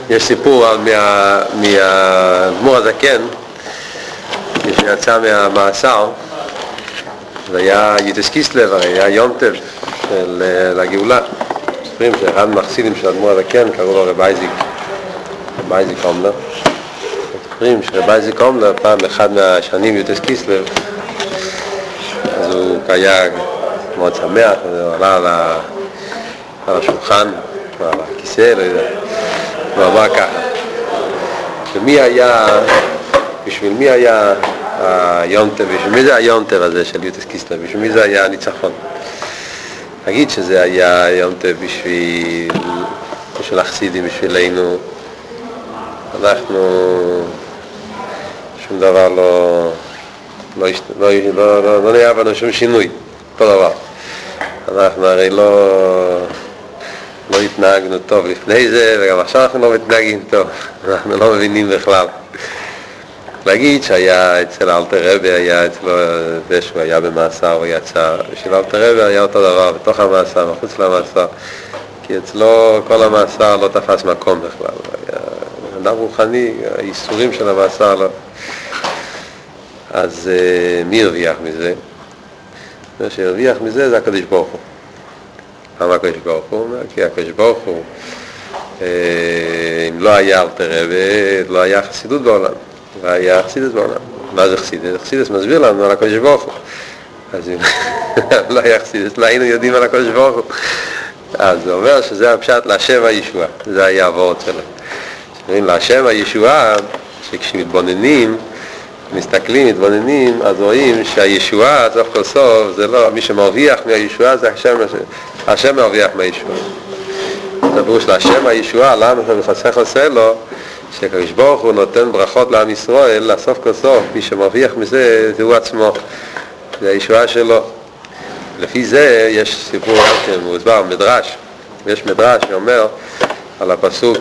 יש סיפור מהאדמו"ר הזקן כשיצא מהמאסר, זה היה יוטס קיסלב, הרי היה יום טוב של הגאולה. מספרים שאחד מהחסידים של האדמו"ר הזקן קראו לו רב אייזיק אומלר. מספרים שרב אייזיק אומלר פעם אחד מהשנים יוטס קיסלב, אז הוא היה מאוד שמח, הוא עלה על השולחן, על הכיסא, לא יודע, הוא אמר ככה, בשביל מי היה היונטב, בשביל מי זה היונטב הזה של יוטס קיסלב, בשביל מי זה היה הניצחון? נגיד שזה היה יונטב בשביל החסידים, בשבילנו, אנחנו שום דבר לא נהיה בנו שום שינוי, כל דבר. אנחנו הרי לא התנהגנו טוב לפני זה, וגם עכשיו אנחנו לא מתנהגים טוב, אנחנו לא מבינים בכלל. להגיד שהיה אצל אלתר רבי, היה אצלו זה שהוא היה במאסר ויצא, ושל אלתר רבי היה אותו דבר, בתוך המאסר, מחוץ למאסר, כי אצלו כל המאסר לא תפס מקום בכלל. אדם רוחני, האיסורים של המאסר לא. אז מי הרוויח מזה? מה שהרוויח מזה זה הקדוש ברוך הוא. למה הקדוש ברוך הוא? כי הקדוש ברוך הוא, אם לא היה אלתר רבי, לא היה חסידות בעולם. והיה חסידות בעולם. מה זה חסידות? חסידות מסביר לנו על הקדוש ברוך הוא. אז אם לא היה חסידות, לא היינו יודעים על הקדוש ברוך הוא. אז זה אומר שזה הפשט להשם הישועה. זה היה העבוד שלו. אומרים להשם הישועה, שכשמתבוננים, מתבוננים, אז רואים שהישועה, סוף כל סוף, זה לא, מי שמרוויח מהישועה זה השם מרוויח מהישועה. זה פירוש להשם הישועה, למה בחסך עושה לו, שהקדוש ברוך הוא נותן ברכות לעם ישראל, לסוף כל סוף, מי שמרוויח מזה, זה הוא עצמו. זה הישועה שלו. לפי זה יש סיפור מוסבר, מדרש. יש מדרש שאומר על הפסוק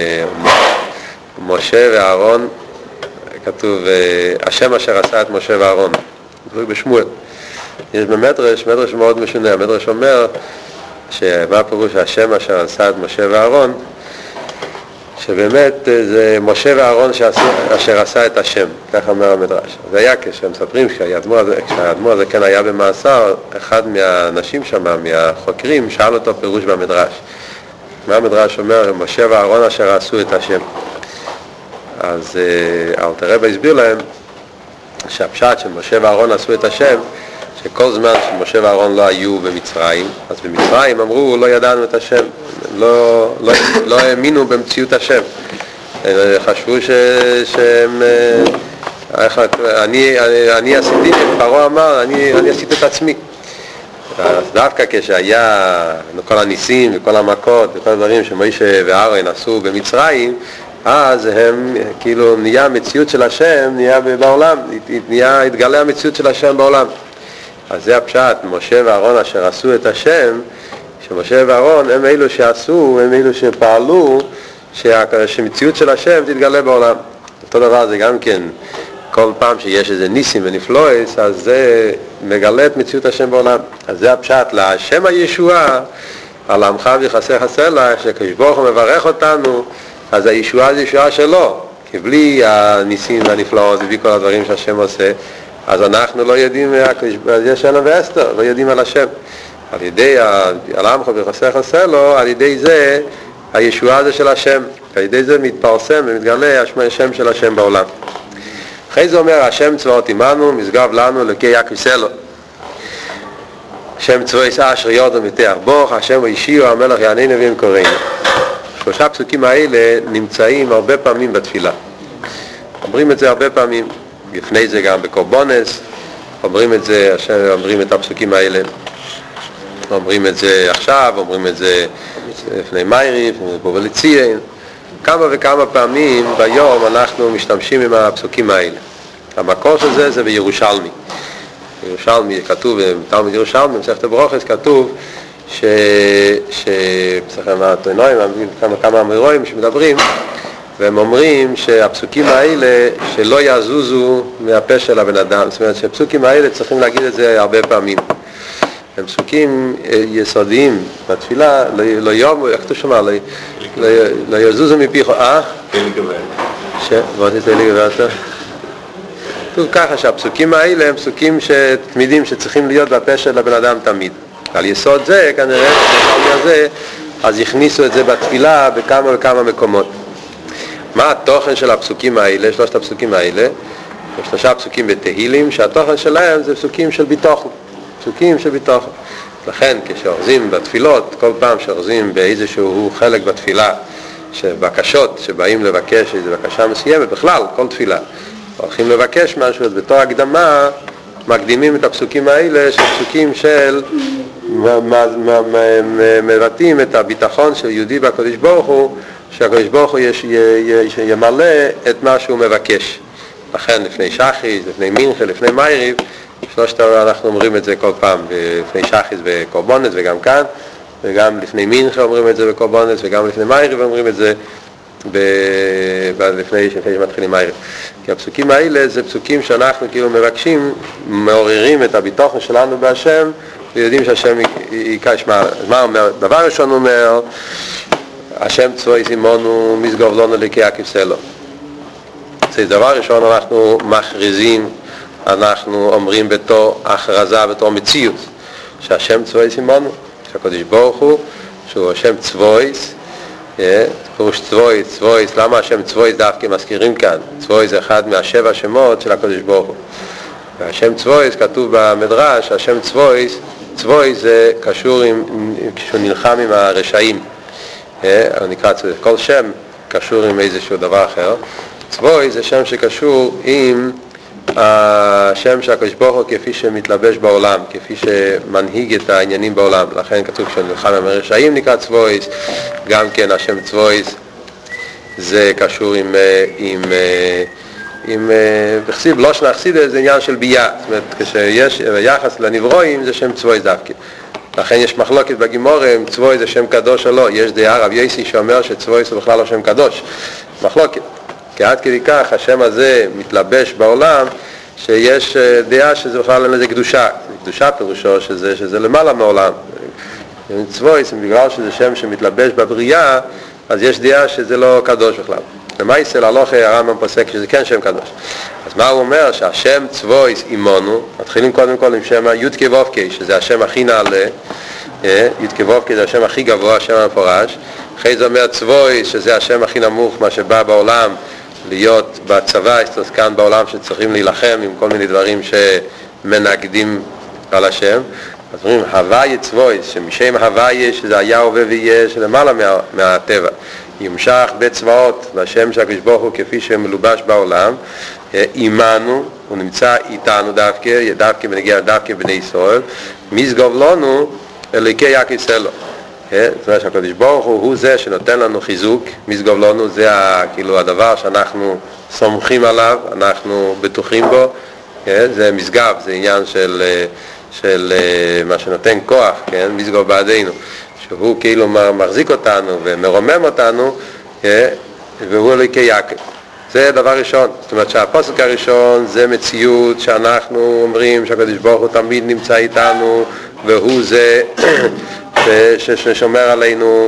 משה ואהרון, כתוב השם אשר עשה את משה ואהרון, זה בשמואל. יש במדרש, מדרש מאוד משונה, המדרש אומר שמה הפירוש השם אשר עשה את משה ואהרון, שבאמת זה משה ואהרון אשר עשה את השם, כך אומר המדרש. זה היה כשמספרים כשהאדמו"ר הזה כן היה במאסר, אחד מהאנשים שם, מהחוקרים, שאל אותו פירוש במדרש. מה המדרש אומר? משה ואהרון אשר עשו את השם. אז אלתר רבי הסביר להם שהפשט שמשה ואהרון עשו את השם, שכל זמן שמשה ואהרון לא היו במצרים, אז במצרים אמרו לא ידענו את השם, לא האמינו במציאות השם, חשבו שהם אני עשיתי, פרעה אמר אני עשיתי את עצמי. אז דווקא כשהיה כל הניסים וכל המכות וכל הדברים שמשה ואהרון עשו במצרים, אז הם כאילו נהיה המציאות של השם, נהיה בעולם, התגלה המציאות של השם בעולם. אז זה הפשט, משה ואהרון אשר עשו את השם, שמשה ואהרון הם אלו שעשו, הם אלו שפעלו, שמציאות של השם תתגלה בעולם. אותו דבר זה גם כן, כל פעם שיש איזה ניסים ונפלויס, אז זה מגלה את מציאות השם בעולם. אז זה הפשט, להשם הישועה, על עמך ויחסך הסלע, שכשברוך הוא מברך אותנו, אז הישועה זה ישועה שלו, כי בלי הניסים והנפלאות ובלי כל הדברים שהשם עושה, אז אנחנו לא יודעים, יש אלם ואסתר, לא יודעים על השם. על ידי עמך ויחסך הסלע, על ידי זה הישועה זה של השם, על ידי זה מתפרסם ומתגלה השם של השם בעולם. אחרי זה אומר, השם צבאות עמנו, משגב לנו לקי יעקב סלע. השם צבאות אשר יודו מתח בוך, השם אישיו המלך יעננו וימכרנו. שלושה פסוקים האלה נמצאים הרבה פעמים בתפילה. אומרים את זה הרבה פעמים, לפני זה גם בקורבנס, אומרים את זה, אומרים את הפסוקים האלה. אומרים את זה עכשיו, אומרים את זה לפני מייריב, בובליציין. כמה וכמה פעמים ביום אנחנו משתמשים עם הפסוקים האלה. המקור של זה זה בירושלמי. בירושלמי כתוב, בתלמוד ירושלמי, במסכת ברוכס כתוב, שפסחים התוינויים, כמה אמירואים שמדברים, והם אומרים שהפסוקים האלה שלא יזוזו מהפה של הבן אדם. זאת אומרת שהפסוקים האלה צריכים להגיד את זה הרבה פעמים. הם פסוקים יסודיים בתפילה, לא יום, איך אתה שומע? לא יזוזו מפיך, בוא תתן לי גברת. טוב, ככה שהפסוקים האלה הם פסוקים תמידים שצריכים להיות בפה של הבן אדם תמיד. על יסוד זה, כנראה, אז הכניסו את זה בתפילה בכמה וכמה מקומות. מה התוכן של הפסוקים האלה, שלושת הפסוקים האלה? שלושה פסוקים בתהילים, שהתוכן שלהם זה פסוקים של ביטחון. פסוקים של ביטחון. לכן כשאוחזים בתפילות, כל פעם שאוחזים באיזשהו חלק בתפילה, שבקשות שבאים לבקש איזו בקשה מסוימת, בכלל, כל תפילה, הולכים לבקש משהו, אז בתור הקדמה מקדימים את הפסוקים האלה, שפסוקים של מבטאים את הביטחון של יהודי בקדוש ברוך הוא, שהקדוש ברוך הוא ימלא את מה שהוא מבקש. לכן לפני שחיס, לפני מנחה, לפני מייריב, שלושת אנחנו אומרים את זה כל פעם, לפני שחיס וקורבנות וגם כאן, וגם לפני מנחה אומרים את זה בקורבנות, וגם לפני מייריב אומרים את זה לפני שמתחילים מייריב. כי הפסוקים האלה זה פסוקים שאנחנו כאילו מבקשים, מעוררים את הביטחון שלנו בהשם, ויודעים שהשם יקשמע. מה אומר? דבר ראשון אומר, השם צבוי סימונו מסגוב לנו לקי הכבסלו. זה דבר ראשון אנחנו מכריזים, אנחנו אומרים בתור הכרזה, בתור מציאות, שהשם צבוי סימונו, שהקדוש ברוך הוא, שהוא השם צבויס, פירוש צבויס, למה השם צבויס דווקא מזכירים כאן? צבויס זה אחד מהשבע שמות של הקדוש ברוך הוא. והשם צבויס כתוב במדרש, השם צבויס זה קשור כשהוא נלחם עם הרשעים. נקרא צבויס, כל שם קשור עם איזשהו דבר אחר. צבויס זה שם שקשור עם השם שהקדוש ברוך הוא כפי שמתלבש בעולם, כפי שמנהיג את העניינים בעולם. לכן כתוב כשנלחם עם הרשעים נקרא צבויס. גם כן השם צבויס זה קשור עם בכסיב לא שנחסיד, זה עניין של בייה. זאת אומרת, כשיש יחס לנברואים זה שם צבויס דווקא. לכן יש מחלוקת בגימורה אם צבויס זה שם קדוש או לא. יש דעה רב יוסי שאומר שצבויס הוא בכלל לא שם קדוש. מחלוקת. כי עד כדי כך השם הזה מתלבש בעולם, שיש דעה שזה בכלל אין לזה קדושה. קדושה פירושו שזה למעלה מעולם. צבויס, בגלל שזה שם שמתלבש בבריאה, אז יש דעה שזה לא קדוש בכלל. למעשה להלכה הרמב"ם פוסק שזה כן שם קדוש. אז מה הוא אומר? שהשם צבויס עימנו, מתחילים קודם כל עם שם י' כו' כ', שזה השם הכי נעלה, י' כו' כ' זה השם הכי גבוה, השם המפורש. אחרי זה אומר צבויס, שזה השם הכי נמוך, מה שבא בעולם, להיות בצבא, יש כאן בעולם שצריכים להילחם עם כל מיני דברים שמנגדים על השם. אז אומרים, הוויה צבויס, שמשם הוויה, שזה היה הווה ויהיה, שלמעלה מהטבע. ימשך בצבאות, והשם שהקדוש ברוך הוא כפי שמלובש בעולם, עמנו, הוא נמצא איתנו דווקא בנגיע דווקא בני ישראל, מסגוב לנו אלוקי הכבסלו. זאת אומרת שהקדוש ברוך הוא זה שנותן לנו חיזוק, מסגוב לנו זה כאילו הדבר שאנחנו סומכים עליו, אנחנו בטוחים בו, זה מסגב, זה עניין של מה שנותן כוח, מסגוב בעדינו, שהוא כאילו מחזיק אותנו ומרומם אותנו, והוא אלוקי יעקב. זה דבר ראשון. זאת אומרת שהפסוק הראשון זה מציאות שאנחנו אומרים שהקדוש ברוך הוא תמיד נמצא איתנו, והוא זה ששומר עלינו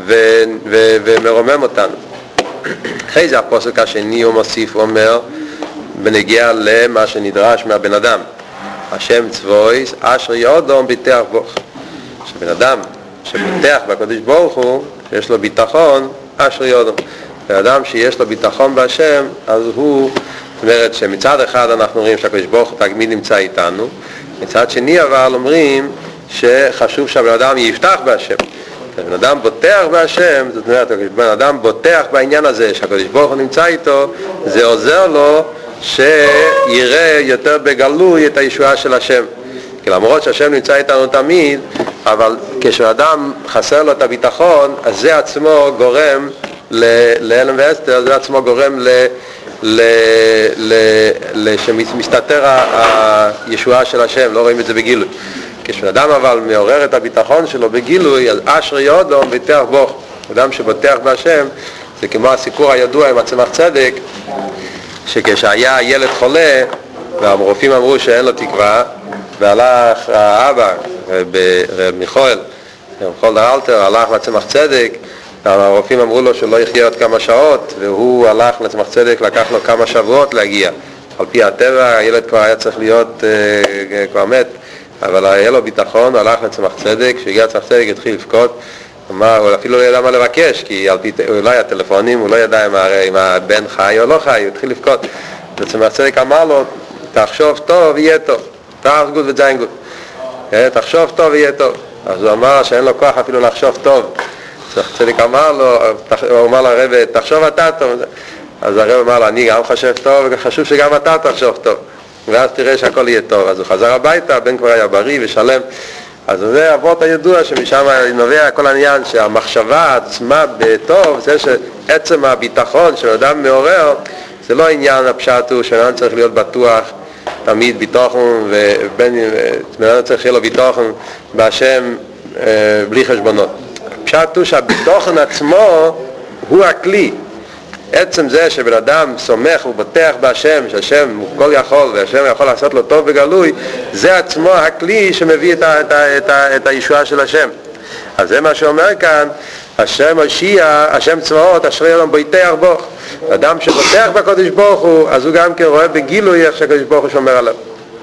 ומרומם אותנו. אחרי זה הפסוק השני הוא מוסיף ואומר בנגיע למה שנדרש מהבן אדם, השם צבויס אשר יודום ביטח בו. שבן אדם שביטח בקדוש ברוך הוא, שיש לו ביטחון, אשר יודום. האדם שיש לו ביטחון בהשם, אז הוא, זאת אומרת שמצד אחד אנחנו אומרים שהקדוש ברוך הוא תמיד נמצא איתנו, מצד שני אבל אומרים שחשוב שהבן אדם יפתח בהשם. כשבן אדם בוטח בהשם, זאת אומרת כשבן אדם בוטח בעניין הזה שהקדוש ברוך הוא נמצא איתו, זה עוזר לו שיראה יותר בגלוי את הישועה של השם. כי למרות שהשם נמצא איתנו תמיד, אבל כשאדם חסר לו את הביטחון, אז זה עצמו גורם לאלם ואסתר, זה עצמו גורם שמסתתר הישועה של השם, לא רואים את זה בגילוי. כשאדם אבל מעורר את הביטחון שלו בגילוי, אז אשר יודום ביטח בו. אדם שבוטח בהשם, זה כמו הסיפור הידוע עם הצמח צדק, שכשהיה ילד חולה והרופאים אמרו שאין לו תקווה, והלך האבא מיכאל דרלטר הלך לצמח צדק, הרופאים אמרו לו שלא יחיה עוד כמה שעות, והוא הלך לצמח צדק, לקח לו כמה שבועות להגיע. על פי הטבע הילד כבר היה צריך להיות כבר מת, אבל היה לו ביטחון, הוא הלך לצמח צדק, כשהגיע לצמח צדק התחיל לבכות, הוא אפילו לא ידע מה לבקש, כי הוא לא היה טלפונים, הוא לא ידע אם הבן חי או לא חי, הוא התחיל לבכות. וצמח צדק אמר לו, תחשוב טוב ויהיה טוב, תחש גוד וזיין גוד, תחשוב טוב ויהיה טוב. אז הוא אמר שאין לו כוח אפילו לחשוב טוב. צמח צדק אמר לו, הוא אמר לרב, תחשוב אתה טוב. אז הרב אמר לו, אני גם חושב טוב, וחשוב שגם אתה תחשוב טוב, ואז תראה שהכל יהיה טוב. אז הוא חזר הביתה, הבן כבר היה בריא ושלם. אז זה אבות הידוע שמשם נובע כל העניין שהמחשבה עצמה בטוב, זה שעצם הביטחון שאדם מעורר, זה לא עניין הפשט הוא שאדם צריך להיות בטוח תמיד ביטחון, ובן צריך שיהיה לו ביטחון בהשם בלי חשבונות. הפשט הוא שהביטחון עצמו הוא הכלי. עצם זה שבן אדם סומך ובוטח בהשם, שהשם הוא כל יכול והשם יכול לעשות לו טוב וגלוי, זה עצמו הכלי שמביא את הישועה של השם. אז זה מה שאומר כאן, השם הושיע, השם צבאות, אשרי אדם בוטח בו. אדם שבוטח בקדוש ברוך הוא, אז הוא גם כן רואה בגילוי איך שהקדוש ברוך הוא שומר עליו.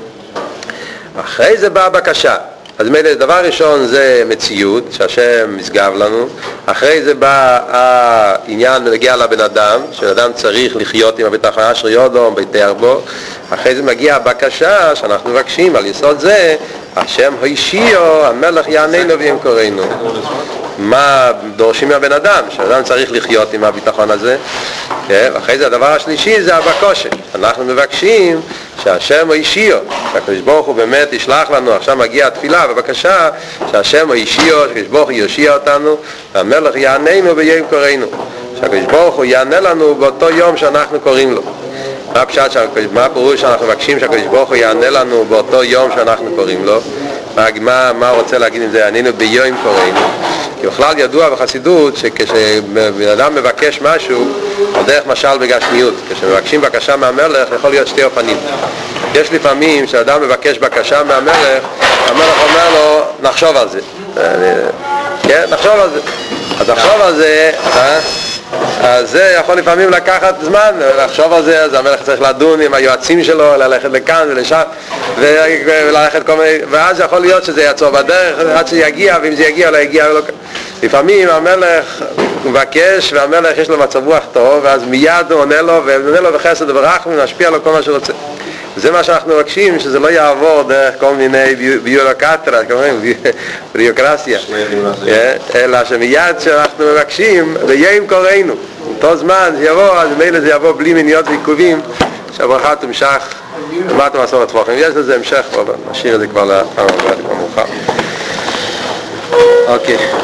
אחרי זה באה בקשה. אז דבר ראשון זה מציאות שהשם מסגב לנו, אחרי זה בא העניין מגיע לבן אדם, שאדם צריך לחיות עם הביטחון אשר יודום ביטח בו, אחרי זה מגיע הבקשה שאנחנו מבקשים על יסוד זה, השם הושיעו, המלך יעננו וימכרנו. מה דורשים מהבן אדם? שאדם צריך לחיות עם הביטחון הזה. אחרי זה הדבר השלישי זה הבקשה. אנחנו מבקשים שהשם הושיעו, שהקדוש ברוך הוא באמת ישלח לנו. עכשיו מגיעה התפילה ובקשה שהשם הושיעו, שהקדוש ברוך הוא יושיע אותנו, והמלך יעננו וימכרנו. שהקדוש ברוך הוא יענה לנו באותו יום שאנחנו קוראים לו. מה הפירוש שאנחנו מבקשים שהקדוש ברוך הוא יענה לנו באותו יום שאנחנו קוראים לו? מה הוא רוצה להגיד עם זה? ענינו ביום קוראינו. כי בכלל ידוע בחסידות שכשבן אדם מבקש משהו על דרך משל בגשמיות, כשמבקשים בקשה מהמלך יכול להיות שתי אופנים. יש לפעמים שאדם מבקש בקשה מהמלך, המלך אומר לו נחשוב על זה. כן, נחשוב על זה. אז לחשוב על זה, אז זה יכול לפעמים לקחת זמן, לחשוב על זה, אז המלך צריך לדון עם היועצים שלו, ללכת לכאן ולשם, וללכת כל מיני, ואז יכול להיות שזה יעצור בדרך, עד שיגיע, ואם זה יגיע לא יגיע ולא... לפעמים המלך מבקש, והמלך יש לו מצב רוח טוב, ואז מיד הוא עונה לו, ועונה לו בחסד וברחמים, ומשפיע לו כל מה שהוא רוצה. זה מה שאנחנו מבקשים, שזה לא יעבור דרך כל מיני ביורוקרטיה, ביורוקרסיה, אלא שמיד שאנחנו מבקשים, ויום קוראינו, אותו זמן זה יבוא, אז מילא זה יבוא בלי מניעות ועיכובים, שהברכה תמשך למטה מסורת פרוחים. יש לזה המשך, נשאיר את זה כבר לפעם הבאה, זה כבר מאוחר. אוקיי.